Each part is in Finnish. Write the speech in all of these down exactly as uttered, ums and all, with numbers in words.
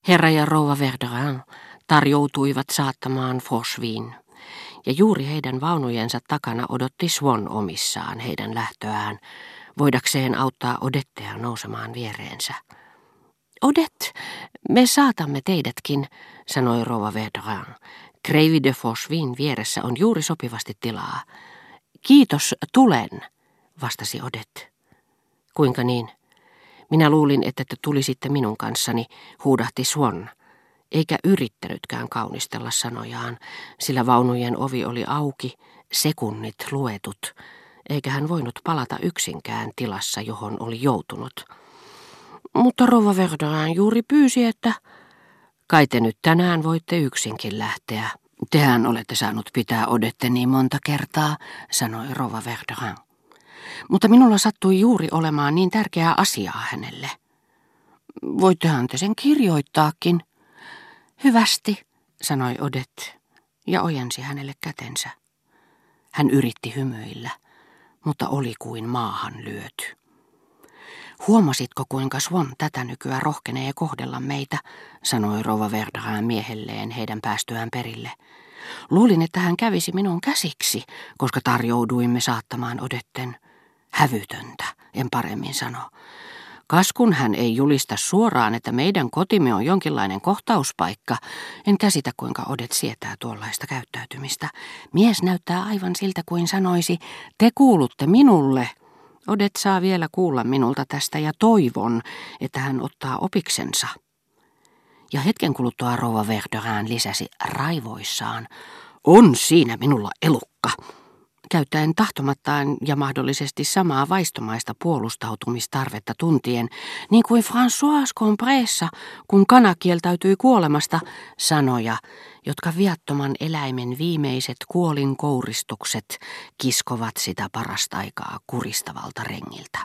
Herra ja rouva Verdurin tarjoutuivat saattamaan Frocheville, ja juuri heidän vaunujensa takana odotti Swann omissaan heidän lähtöään, voidakseen auttaa Odettea nousemaan viereensä. Odette, me saatamme teidätkin, sanoi rouva Verdurin. Kreivi de Frocheville vieressä on juuri sopivasti tilaa. Kiitos, tulen, vastasi Odette. Kuinka niin? Minä luulin, että te tulisitte minun kanssani, huudahti Swann, eikä yrittänytkään kaunistella sanojaan, sillä vaunujen ovi oli auki, sekunnit luetut, eikä hän voinut palata yksinkään tilassa, johon oli joutunut. Mutta rouva Verdurin juuri pyysi, että kai te nyt tänään voitte yksinkin lähteä. Tehän olette saanut pitää Odette niin monta kertaa, sanoi rouva Verdurin. Mutta minulla sattui juuri olemaan niin tärkeää asiaa hänelle. Voittehan te sen kirjoittaakin. Hyvästi, sanoi Odette ja ojensi hänelle kätensä. Hän yritti hymyillä, mutta oli kuin maahan lyöty. Huomasitko, kuinka Swann tätä nykyään rohkenee kohdella meitä, sanoi rouva Verdurin miehelleen heidän päästyään perille. Luulin, että hän kävisi minun käsiksi, koska tarjouduimme saattamaan Odetten. Hävytöntä, en paremmin sano. Kas kun hän ei julista suoraan, että meidän kotimme on jonkinlainen kohtauspaikka, en käsitä kuinka Odette sietää tuollaista käyttäytymistä. Mies näyttää aivan siltä kuin sanoisi, te kuulutte minulle. Odette saa vielä kuulla minulta tästä ja toivon, että hän ottaa opiksensa. Ja hetken kuluttua rouva Verdurin lisäsi raivoissaan, on siinä minulla elukka. Käyttäen tahtomattaan ja mahdollisesti samaa vaistomaista puolustautumistarvetta tuntien, niin kuin François Combressa, kun kana kieltäytyi kuolemasta, sanoja, jotka viattoman eläimen viimeiset kuolinkouristukset kiskovat sitä parasta aikaa kuristavalta rengiltä.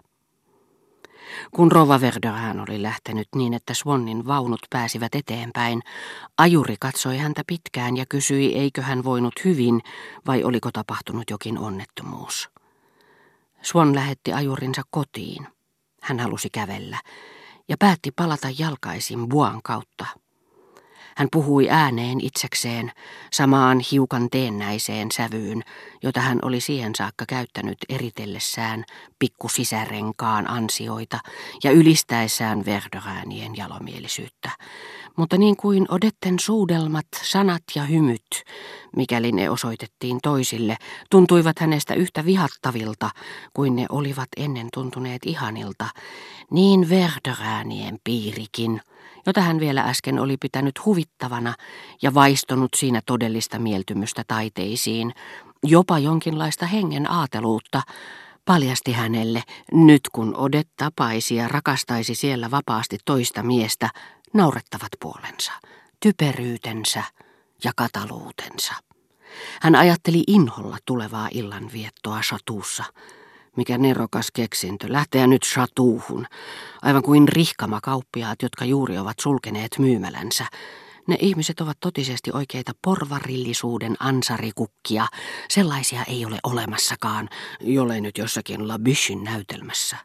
Kun rouva Verdurin oli lähtenyt niin, että Swannin vaunut pääsivät eteenpäin, ajuri katsoi häntä pitkään ja kysyi, eikö hän voinut hyvin vai oliko tapahtunut jokin onnettomuus. Swann lähetti ajurinsa kotiin. Hän halusi kävellä ja päätti palata jalkaisin Boisen kautta. Hän puhui ääneen itsekseen, samaan hiukan teennäiseen sävyyn, jota hän oli siihen saakka käyttänyt eritellessään pikkusisärenkaan ansioita ja ylistäessään Verdurinien jalomielisyyttä. Mutta niin kuin Odetten suudelmat, sanat ja hymyt, mikäli ne osoitettiin toisille, tuntuivat hänestä yhtä vihattavilta kuin ne olivat ennen tuntuneet ihanilta, niin Verdurinien piirikin, jota hän vielä äsken oli pitänyt huvittavana ja vaistonut siinä todellista mieltymystä taiteisiin, jopa jonkinlaista hengen aateluutta, paljasti hänelle, nyt kun Odette tapaisi ja rakastaisi siellä vapaasti toista miestä, naurettavat puolensa, typeryytensä ja kataluutensa. Hän ajatteli inholla tulevaa illanviettoa Châteaussa. Mikä nerokas keksintö, lähteä nyt Châteauhun, aivan kuin rihkamakauppiaat, jotka juuri ovat sulkeneet myymälänsä. Ne ihmiset ovat totisesti oikeita porvarillisuuden ansarikukkia, sellaisia ei ole olemassakaan, jollei nyt jossakin La Bûchen näytelmässä.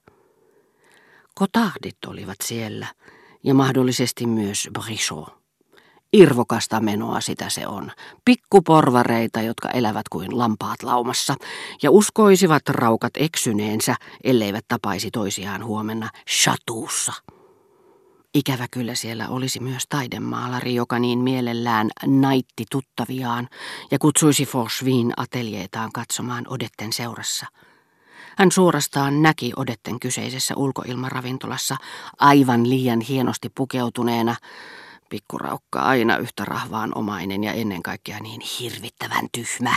Cotardit olivat siellä, ja mahdollisesti myös Brichot. Irvokasta menoa sitä se on. Pikkuporvareita, jotka elävät kuin lampaat laumassa ja uskoisivat raukat eksyneensä, elleivät tapaisi toisiaan huomenna Châteaussa. Ikävä kyllä siellä olisi myös taidemaalari, joka niin mielellään naitti tuttaviaan ja kutsuisi Frocheville ateljeetaan katsomaan Odetten seurassa. Hän suorastaan näki Odetten kyseisessä ulkoilmaravintolassa aivan liian hienosti pukeutuneena, pikkuraukka aina yhtä rahvaan omainen ja ennen kaikkea niin hirvittävän tyhmä.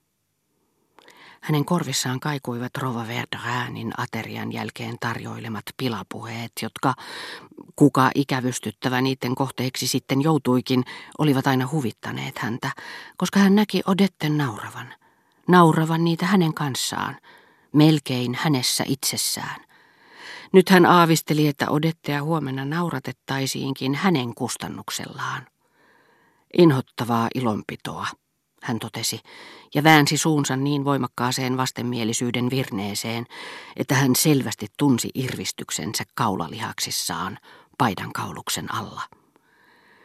Hänen korvissaan kaikuivat rouva Verdurinin aterian jälkeen tarjoilemat pilapuheet, jotka, kuka ikävystyttävä niiden kohteeksi sitten joutuikin, olivat aina huvittaneet häntä, koska hän näki Odetten nauravan. Nauravan niitä hänen kanssaan, melkein hänessä itsessään. Nyt hän aavisteli, että Odettea huomenna nauratettaisiinkin hänen kustannuksellaan. Inhottavaa ilonpitoa, hän totesi, ja väänsi suunsa niin voimakkaaseen vastenmielisyyden virneeseen, että hän selvästi tunsi irvistyksensä kaulalihaksissaan paidan kauluksen alla.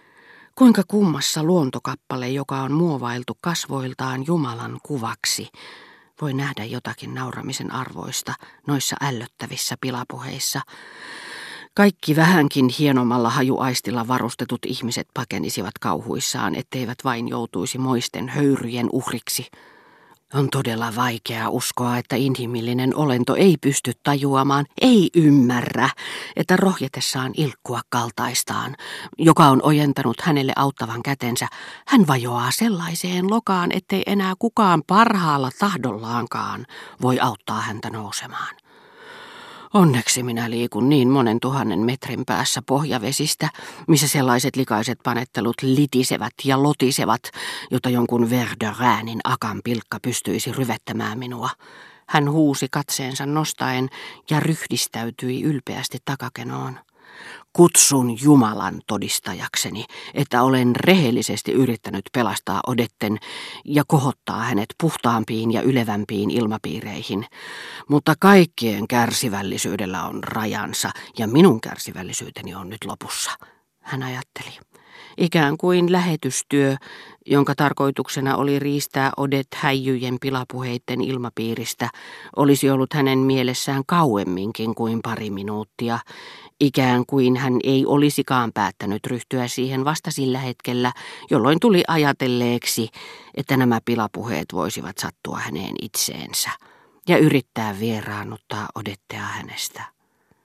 Kuinka kummassa luontokappale, joka on muovailtu kasvoiltaan Jumalan kuvaksi, voi nähdä jotakin nauramisen arvoista noissa ällöttävissä pilapuheissa. Kaikki vähänkin hienommalla hajuaistilla varustetut ihmiset pakenisivat kauhuissaan, etteivät vain joutuisi moisten höyryjen uhriksi. On todella vaikea uskoa, että inhimillinen olento ei pysty tajuamaan, ei ymmärrä, että rohjetessaan ilkkua kaltaistaan, joka on ojentanut hänelle auttavan kätensä, hän vajoaa sellaiseen lokaan, ettei enää kukaan parhaalla tahdollaankaan voi auttaa häntä nousemaan. Onneksi minä liikun niin monen tuhannen metrin päässä pohjavesistä, missä sellaiset likaiset panettelut litisevät ja lotisevat, jotta jonkun Verdöräänin akan pilkka pystyisi ryvettämään minua. Hän huusi katseensa nostaen ja ryhdistäytyi ylpeästi takakenoon. Kutsun Jumalan todistajakseni, että olen rehellisesti yrittänyt pelastaa Odetten ja kohottaa hänet puhtaampiin ja ylevämpiin ilmapiireihin. Mutta kaikkien kärsivällisyydellä on rajansa ja minun kärsivällisyyteni on nyt lopussa, hän ajatteli. Ikään kuin lähetystyö, jonka tarkoituksena oli riistää Odette häijyjen pilapuheitten ilmapiiristä, olisi ollut hänen mielessään kauemminkin kuin pari minuuttia, ikään kuin hän ei olisikaan päättänyt ryhtyä siihen vasta sillä hetkellä, jolloin tuli ajatelleeksi, että nämä pilapuheet voisivat sattua häneen itseensä ja yrittää vieraannuttaa Odettea hänestä.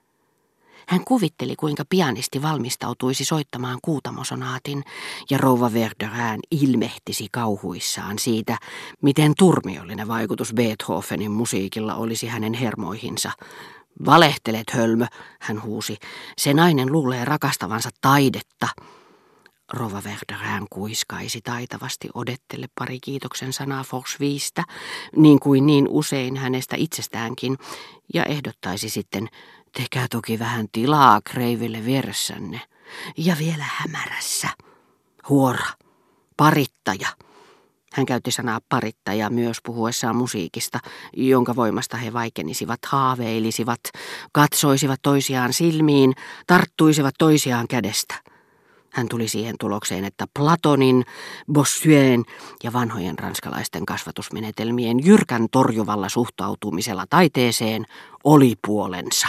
Hän kuvitteli, kuinka pianisti valmistautuisi soittamaan kuutamosonaatin, ja rouva Verdörään ilmehtisi kauhuissaan siitä, miten turmiollinen vaikutus Beethovenin musiikilla olisi hänen hermoihinsa. Valehtelet, hölmö, hän huusi. Se nainen luulee rakastavansa taidetta. Rouva Verdörään kuiskaisi taitavasti Odettelle pari kiitoksen sanaa Forsviistä, niin kuin niin usein hänestä itsestäänkin, ja ehdottaisi sitten, tekää toki vähän tilaa kreiville vieressänne. Ja vielä hämärässä. Huora. Parittaja. Hän käytti sanaa parittaja myös puhuessaan musiikista, jonka voimasta he vaikenisivat, haaveilisivat, katsoisivat toisiaan silmiin, tarttuisivat toisiaan kädestä. Hän tuli siihen tulokseen, että Platonin, Bossueten ja vanhojen ranskalaisten kasvatusmenetelmien jyrkän torjuvalla suhtautumisella taiteeseen oli puolensa.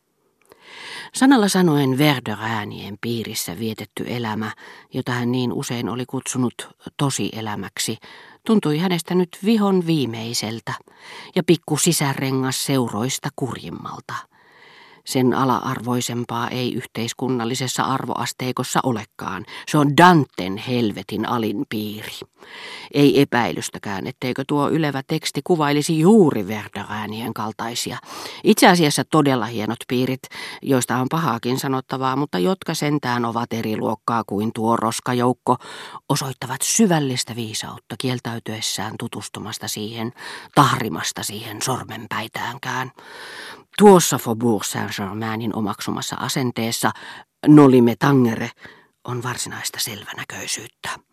Sanalla sanoen Verdöräänien piirissä vietetty elämä, jota hän niin usein oli kutsunut tosielämäksi, tuntui hänestä nyt vihon viimeiseltä ja pikku sisärengas seuroista kurjimmalta. Sen ala-arvoisempaa ei yhteiskunnallisessa arvoasteikossa olekaan. Se on Danten helvetin alin piiri. Ei epäilystäkään, etteikö tuo ylevä teksti kuvailisi juuri Verdöräänien kaltaisia. Itse asiassa todella hienot piirit, joista on pahaakin sanottavaa, mutta jotka sentään ovat eri luokkaa kuin tuo roskajoukko, osoittavat syvällistä viisautta kieltäytyessään tutustumasta siihen, tahrimasta siihen sormenpäitäänkään. Tuossa Faubourg Saint-Germainin omaksumassa asenteessa Noli me tangere on varsinaista selvänäköisyyttä.